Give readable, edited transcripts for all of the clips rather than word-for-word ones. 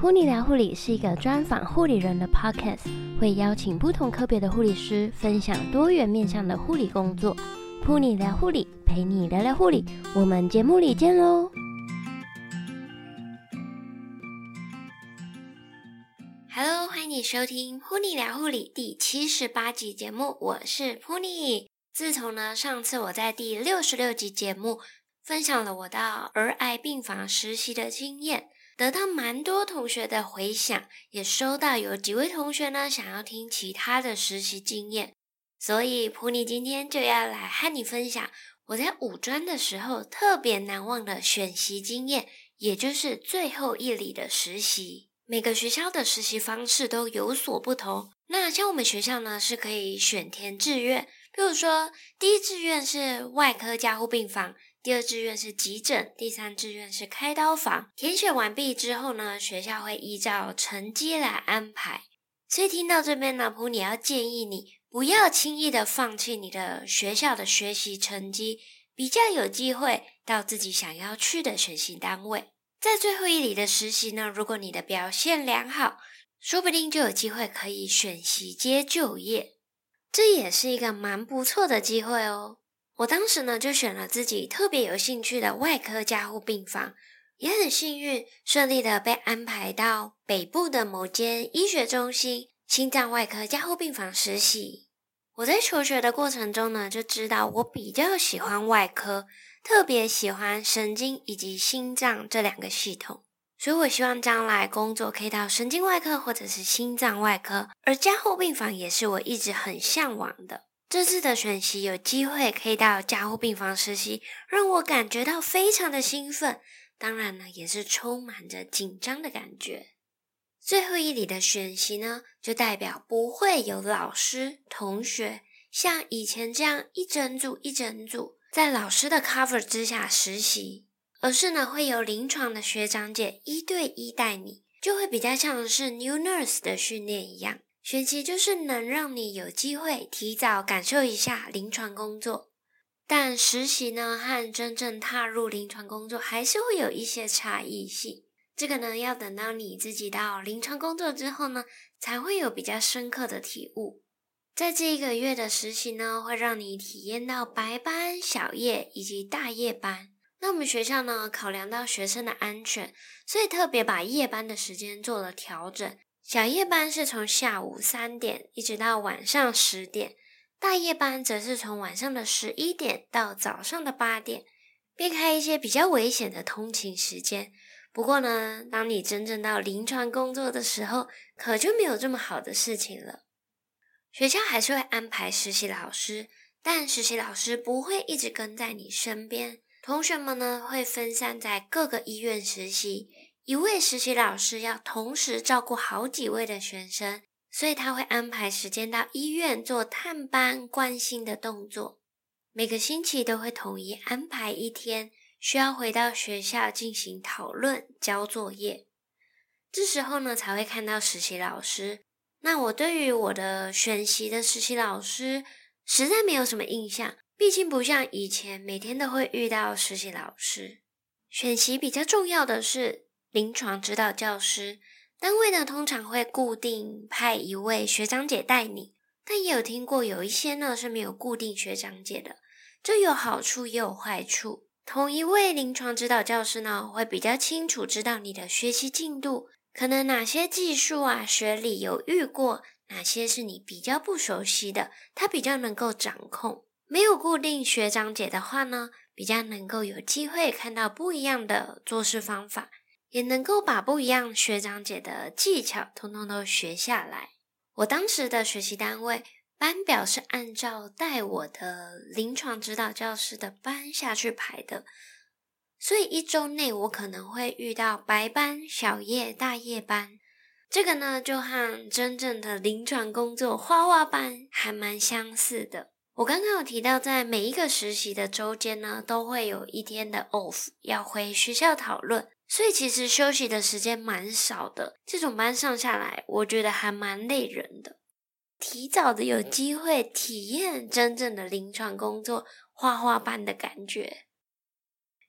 噗妮聊护理是一个专访护理人的 podcast， 会邀请不同科别的护理师分享多元面向的护理工作。噗妮聊护理，陪你聊聊护理，我们节目里见喽！Hello， 欢迎你收听噗妮聊护理第78集节目，我是噗妮。自从上次我在第66集节目分享了我到儿癌病房实习的经验，得到蛮多同学的回响，也收到有几位同学想要听其他的实习经验，所以噗妮今天就要来和你分享我在五专的时候特别难忘的选习经验，也就是最后一里的实习。每个学校的实习方式都有所不同，那像我们学校是可以选填志愿，比如说第一志愿是外科加护病房，第二志愿是急诊，第三志愿是开刀房。填写完毕之后学校会依照成绩来安排。所以听到这边噗妮要建议你不要轻易的放弃你的学校的学习成绩，比较有机会到自己想要去的选习单位。在最后一里的实习如果你的表现良好，说不定就有机会可以选习接就业，这也是一个蛮不错的机会哦。我当时就选了自己特别有兴趣的外科加护病房，也很幸运顺利的被安排到北部的某间医学中心心脏外科加护病房实习。我在求学的过程中就知道我比较喜欢外科，特别喜欢神经以及心脏这两个系统，所以我希望将来工作可以到神经外科或者是心脏外科，而加护病房也是我一直很向往的。这次的选习有机会可以到加护病房实习，让我感觉到非常的兴奋，当然也是充满着紧张的感觉。最后一里的选习就代表不会有老师、同学像以前这样一整组一整组在老师的 cover 之下实习，而是会有临床的学长姐一对一带你，就会比较像是 new nurse 的训练一样。选习就是能让你有机会提早感受一下临床工作，但实习和真正踏入临床工作还是会有一些差异性。这个要等到你自己到临床工作之后才会有比较深刻的体悟。在这一个月的实习会让你体验到白班、小夜以及大夜班。那我们学校考量到学生的安全，所以特别把夜班的时间做了调整。小夜班是从下午3点一直到晚上10点，大夜班则是从晚上的11点到早上的8点，避开一些比较危险的通勤时间。不过当你真正到临床工作的时候，可就没有这么好的事情了。学校还是会安排实习老师，但实习老师不会一直跟在你身边，同学们会分散在各个医院实习，一位实习老师要同时照顾好几位的学生，所以他会安排时间到医院做探班关心的动作。每个星期都会统一安排一天，需要回到学校进行讨论、交作业。这时候才会看到实习老师。那我对于我的选习的实习老师实在没有什么印象，毕竟不像以前每天都会遇到实习老师。选习比较重要的是临床指导教师，单位通常会固定派一位学长姐带你，但也有听过有一些是没有固定学长姐的，这有好处也有坏处。同一位临床指导教师会比较清楚知道你的学习进度，可能哪些技术学理有遇过，哪些是你比较不熟悉的，他比较能够掌控。没有固定学长姐的话比较能够有机会看到不一样的做事方法，也能够把不一样学长姐的技巧统统都学下来。我当时的学习单位班表是按照带我的临床指导教师的班下去排的，所以1周内我可能会遇到白班、小夜、大夜班。这个就和真正的临床工作花花班还蛮相似的。我刚刚有提到在每一个实习的周间都会有一天的 off 要回学校讨论，所以其实休息的时间蛮少的。这种班上下来我觉得还蛮累人的。提早的有机会体验真正的临床工作花花班的感觉。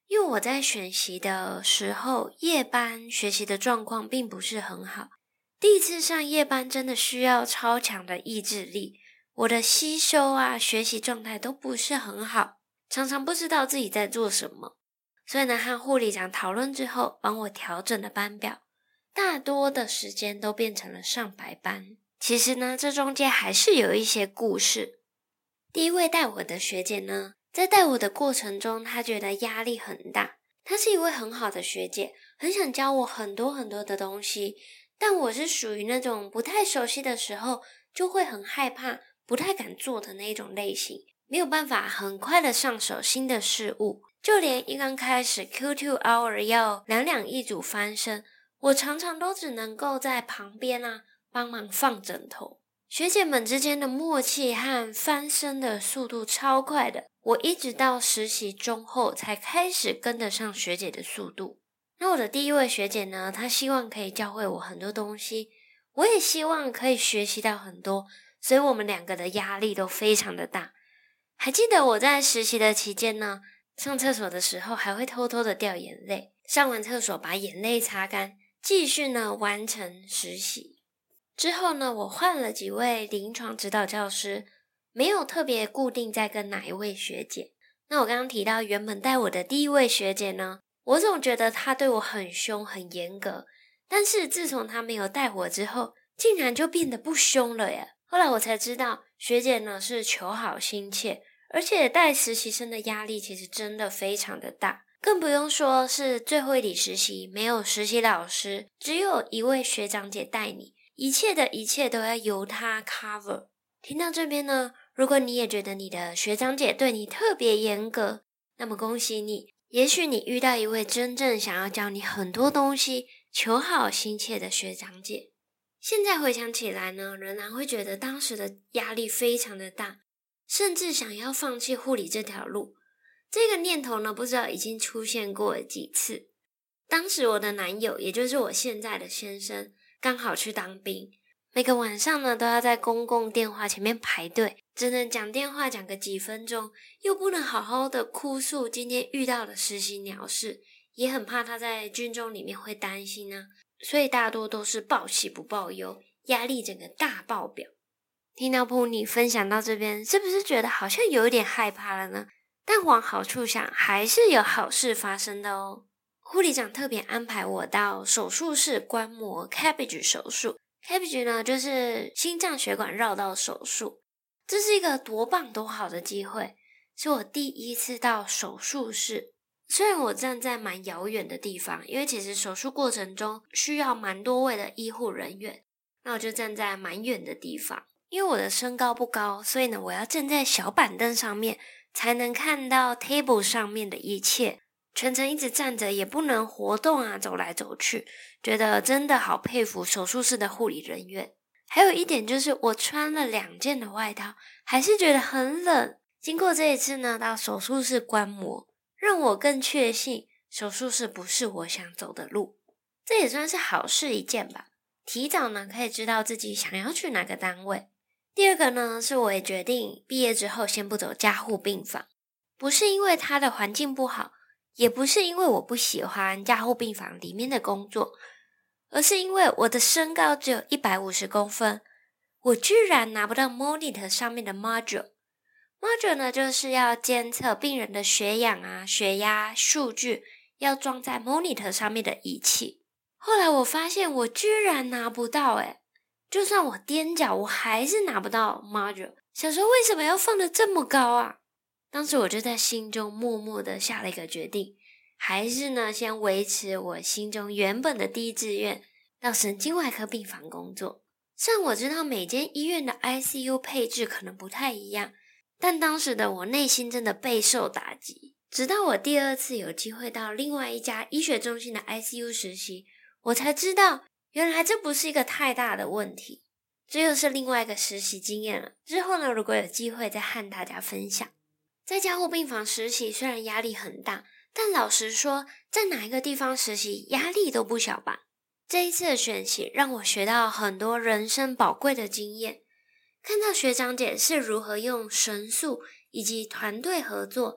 因为我在选习的时候，夜班学习的状况并不是很好。第一次上夜班真的需要超强的意志力，我的吸收学习状态都不是很好，常常不知道自己在做什么。所以呢，和护理长讨论之后，帮我调整了班表，大多的时间都变成了上白班。其实呢，这中间还是有一些故事。第一位带我的学姐呢，在带我的过程中，她觉得压力很大。她是一位很好的学姐，很想教我很多很多的东西，但我是属于那种不太熟悉的时候，就会很害怕，不太敢做的那一种类型，没有办法很快的上手新的事物。就连一刚开始 Q2 hour 要两两一组翻身，我常常都只能够在旁边帮忙放枕头。学姐们之间的默契和翻身的速度超快的，我一直到实习中后才开始跟得上学姐的速度。那我的第一位学姐呢，她希望可以教会我很多东西，我也希望可以学习到很多，所以我们两个的压力都非常的大。还记得我在实习的期间呢，上厕所的时候还会偷偷的掉眼泪，上完厕所把眼泪擦干，继续呢完成实习。之后呢，我换了几位临床指导教师，没有特别固定在跟哪一位学姐。那我刚刚提到原本带我的第一位学姐呢，我总觉得她对我很凶很严格，但是自从她没有带我之后，竟然就变得不凶了耶。后来我才知道，学姐呢是求好心切，而且带实习生的压力其实真的非常的大，更不用说是最后一里实习，没有实习老师，只有一位学长姐带你，一切的一切都要由他 cover。 听到这边呢，如果你也觉得你的学长姐对你特别严格，那么恭喜你，也许你遇到一位真正想要教你很多东西，求好心切的学长姐。现在回想起来呢，仍然会觉得当时的压力非常的大，甚至想要放弃护理这条路。这个念头呢，不知道已经出现过几次。当时我的男友，也就是我现在的先生，刚好去当兵，每个晚上呢都要在公共电话前面排队，只能讲电话讲个几分钟，又不能好好的哭诉今天遇到的实习鸟事，也很怕他在军中里面会担心所以大多都是报喜不报忧，压力整个大爆表。听到Puni分享到这边，是不是觉得好像有一点害怕了呢？但往好处想，还是有好事发生的哦。护理长特别安排我到手术室观摩 CABG 手术。CABG 呢，就是心脏血管绕道手术。这是一个多棒多好的机会，是我第一次到手术室。虽然我站在蛮遥远的地方，因为其实手术过程中需要蛮多位的医护人员，那我就站在蛮远的地方。因为我的身高不高，所以呢，我要站在小板凳上面，才能看到 table 上面的一切。全程一直站着，也不能活动走来走去，觉得真的好佩服手术室的护理人员。还有一点就是我穿了2件的外套，还是觉得很冷。经过这一次呢，到手术室观摩，让我更确信手术室不是我想走的路。这也算是好事一件吧，提早呢可以知道自己想要去哪个单位。第二个呢，是我也决定毕业之后先不走加护病房，不是因为它的环境不好，也不是因为我不喜欢加护病房里面的工作，而是因为我的身高只有150公分，我居然拿不到 monitor 上面的 module。module 呢，就是要监测病人的血氧血压数据，要装在 monitor 上面的仪器。后来我发现我居然拿不到就算我踮脚，我还是拿不到 module。想说为什么要放得这么高啊？当时我就在心中默默的下了一个决定，还是呢先维持我心中原本的第一志愿，到神经外科病房工作。虽然我知道每间医院的 ICU 配置可能不太一样，但当时的我内心真的备受打击。直到我第2次有机会到另外一家医学中心的 ICU 实习，我才知道原来这不是一个太大的问题。这又是另外一个实习经验了，之后呢，如果有机会再和大家分享。在加护病房实习虽然压力很大，但老实说，在哪一个地方实习压力都不小吧。这一次的选习让我学到很多人生宝贵的经验，看到学长姐是如何用神速以及团队合作，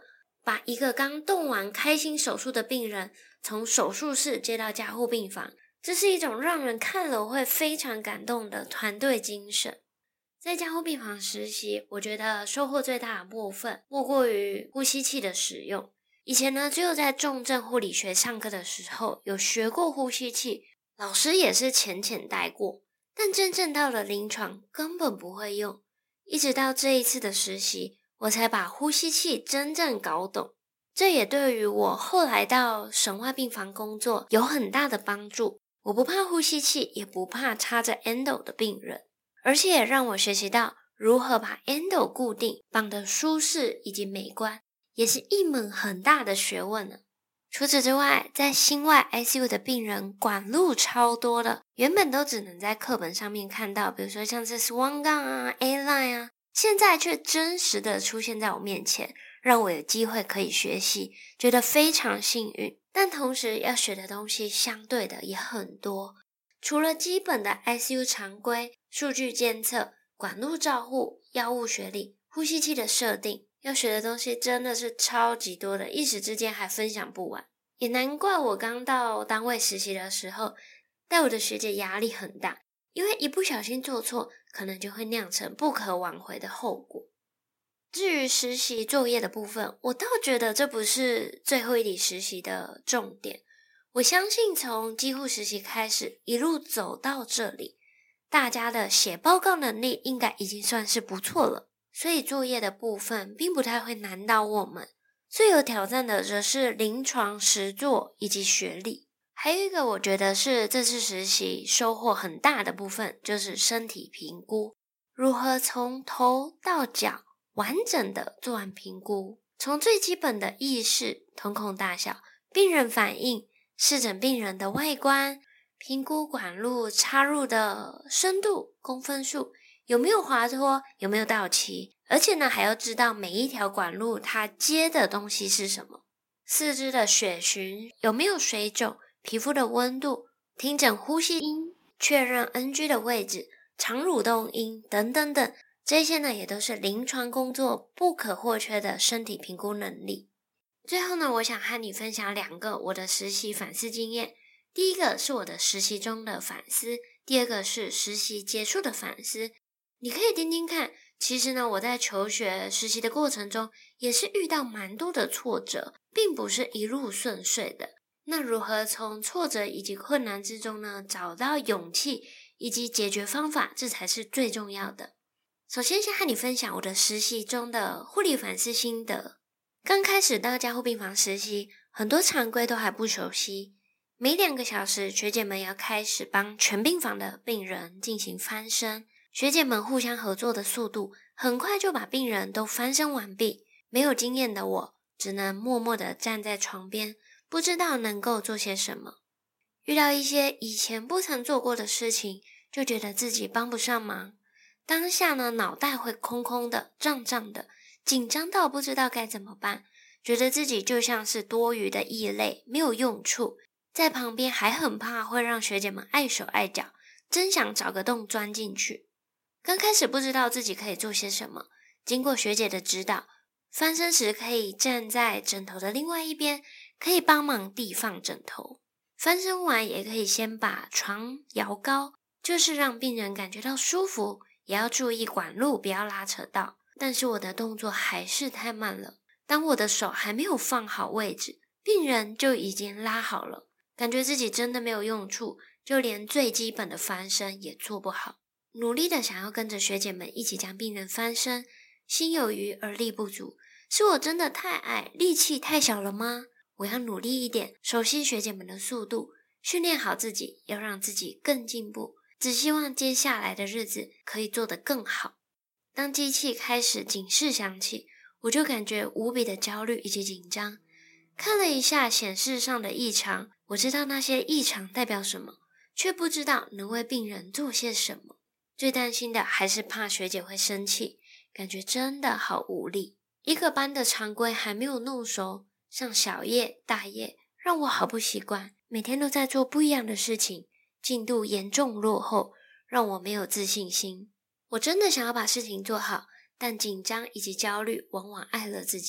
把一个刚动完开心手术的病人从手术室接到加护病房，这是一种让人看了会非常感动的团队精神。在加护病房实习，我觉得收获最大的部分莫过于呼吸器的使用。以前呢，只有在重症护理学上课的时候有学过呼吸器，老师也是浅浅带过，但真正到了临床根本不会用。一直到这一次的实习，我才把呼吸器真正搞懂。这也对于我后来到省外病房工作有很大的帮助。我不怕呼吸器，也不怕插着 endo 的病人，而且也让我学习到如何把 endo 固定，绑得舒适以及美观，也是一门很大的学问呢。除此之外，在心外 ICU 的病人管路超多的，原本都只能在课本上面看到，比如说像是 Swan Gun 啊 A-Line 啊，现在却真实的出现在我面前，让我有机会可以学习，觉得非常幸运。但同时要学的东西相对的也很多，除了基本的 ICU 常规、数据监测、管路照护、药物学理、呼吸器的设定，要学的东西真的是超级多的，一时之间还分享不完。也难怪我刚到单位实习的时候，带我的学姐压力很大，因为一不小心做错，可能就会酿成不可挽回的后果。至于实习作业的部分，我倒觉得这不是最后一里实习的重点。我相信从几乎实习开始，一路走到这里，大家的写报告能力应该已经算是不错了，所以作业的部分并不太会难倒我们。最有挑战的则是临床实作以及学历。还有一个我觉得是这次实习收获很大的部分，就是身体评估，如何从头到脚完整的做完评估，从最基本的意识、瞳孔大小、病人反应、视诊病人的外观、评估管路插入的深度、公分数，有没有滑脱，有没有到期，而且呢还要知道每一条管路它接的东西是什么，四肢的血循有没有水肿，皮肤的温度，听诊呼吸音，确认 NG 的位置，肠蠕动音等等等，这些呢也都是临床工作不可或缺的身体评估能力。最后呢，我想和你分享2个我的实习反思经验。第一个是我的实习中的反思，第二个是实习结束的反思。你可以听听看，其实呢，我在求学实习的过程中也是遇到蛮多的挫折，并不是一路顺遂的。那如何从挫折以及困难之中呢，找到勇气以及解决方法，这才是最重要的。首先先和你分享我的实习中的护理反思心得。刚开始到加护病房实习，很多常规都还不熟悉，每2个小时学姐们要开始帮全病房的病人进行翻身，学姐们互相合作的速度很快就把病人都翻身完毕。没有经验的我只能默默地站在床边，不知道能够做些什么。遇到一些以前不曾做过的事情，就觉得自己帮不上忙。当下呢，脑袋会空空的、胀胀的，紧张到不知道该怎么办，觉得自己就像是多余的异类，没有用处。在旁边还很怕会让学姐们碍手碍脚，真想找个洞钻进去。刚开始不知道自己可以做些什么，经过学姐的指导，翻身时可以站在枕头的另外一边，可以帮忙递放枕头。翻身完也可以先把床摇高，就是让病人感觉到舒服，也要注意管路不要拉扯到。但是我的动作还是太慢了，当我的手还没有放好位置，病人就已经拉好了，感觉自己真的没有用处，就连最基本的翻身也做不好。努力的想要跟着学姐们一起将病人翻身，心有余而力不足，是我真的太矮，力气太小了吗？我要努力一点，熟悉学姐们的速度，训练好自己，要让自己更进步，只希望接下来的日子可以做得更好。当机器开始警示响起，我就感觉无比的焦虑以及紧张。看了一下显示上的异常，我知道那些异常代表什么，却不知道能为病人做些什么。最担心的还是怕学姐会生气，感觉真的好无力。一个班的常规还没有弄熟，上小夜、大夜，让我好不习惯。每天都在做不一样的事情，进度严重落后，让我没有自信心。我真的想要把事情做好，但紧张以及焦虑往往害了自己。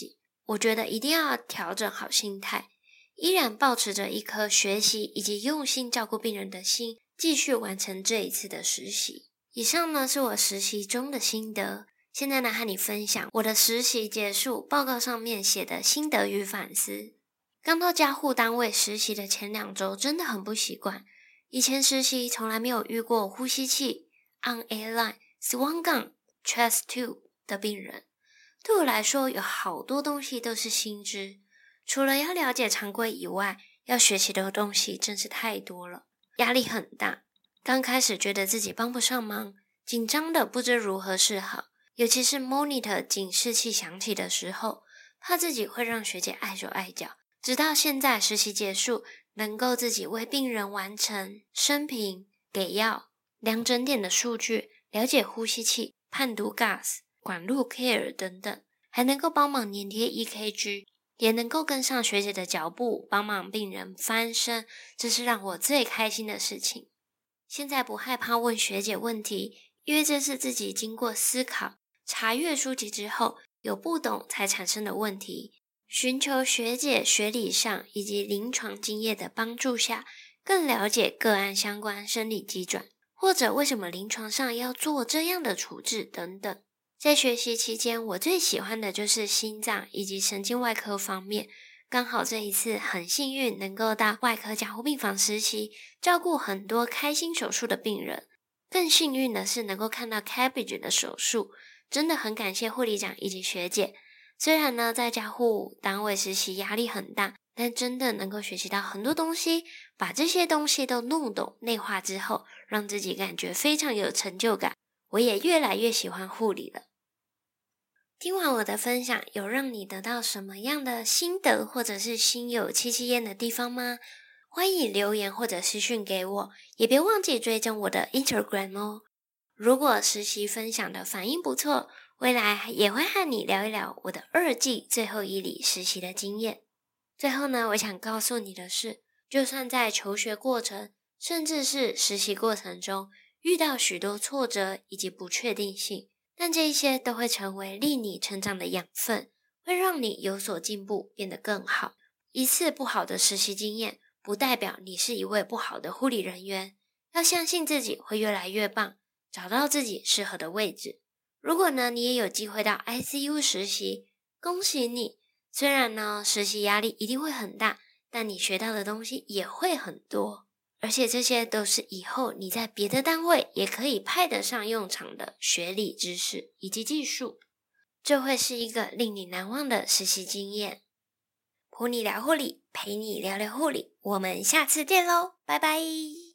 我觉得一定要调整好心态，依然保持着一颗学习以及用心照顾病人的心，继续完成这一次的实习。以上呢是我实习中的心得，现在呢和你分享我的实习结束报告上面写的心得与反思。刚到加护单位实习的前2周真的很不习惯，以前实习从来没有遇过呼吸器、on air line、swan gun、chest tube 的病人，对我来说有好多东西都是新知，除了要了解常规以外，要学习的东西真是太多了，压力很大。刚开始觉得自己帮不上忙，紧张的不知如何是好，尤其是 monitor 警示器响起的时候，怕自己会让学姐碍手碍脚。直到现在实习结束，能够自己为病人完成生平、给药、量诊点的数据，了解呼吸器、判读 gas、管路 care 等等，还能够帮忙粘贴 EKG， 也能够跟上学姐的脚步，帮忙病人翻身，这是让我最开心的事情。现在不害怕问学姐问题，因为这是自己经过思考、查阅书籍之后，有不懂才产生的问题，寻求学姐学理上以及临床经验的帮助下，更了解个案相关生理机转，或者为什么临床上要做这样的处置等等。在学习期间，我最喜欢的就是心脏以及神经外科方面，刚好这一次很幸运能够到外科加护病房实习，照顾很多开心手术的病人。更幸运的是能够看到 CABG 的手术，真的很感谢护理长以及学姐。虽然呢在加护单位实习压力很大，但真的能够学习到很多东西，把这些东西都弄懂内化之后，让自己感觉非常有成就感。我也越来越喜欢护理了。听完我的分享，有让你得到什么样的心得，或者是心有戚戚焉的地方吗？欢迎留言或者私讯给我，也别忘记追踪我的 Instagram 哦。如果实习分享的反应不错，未来也会和你聊一聊我的2季最后1里实习的经验。最后呢，我想告诉你的是，就算在求学过程，甚至是实习过程中，遇到许多挫折以及不确定性，但这一些都会成为令你成长的养分，会让你有所进步，变得更好。一次不好的实习经验，不代表你是一位不好的护理人员，要相信自己会越来越棒，找到自己适合的位置。如果呢，你也有机会到 ICU 实习，恭喜你！虽然呢，实习压力一定会很大，但你学到的东西也会很多，而且这些都是以后你在别的单位也可以派得上用场的学理知识以及技术，这会是一个令你难忘的实习经验。陪你聊护理，陪你聊聊护理，我们下次见咯，拜拜。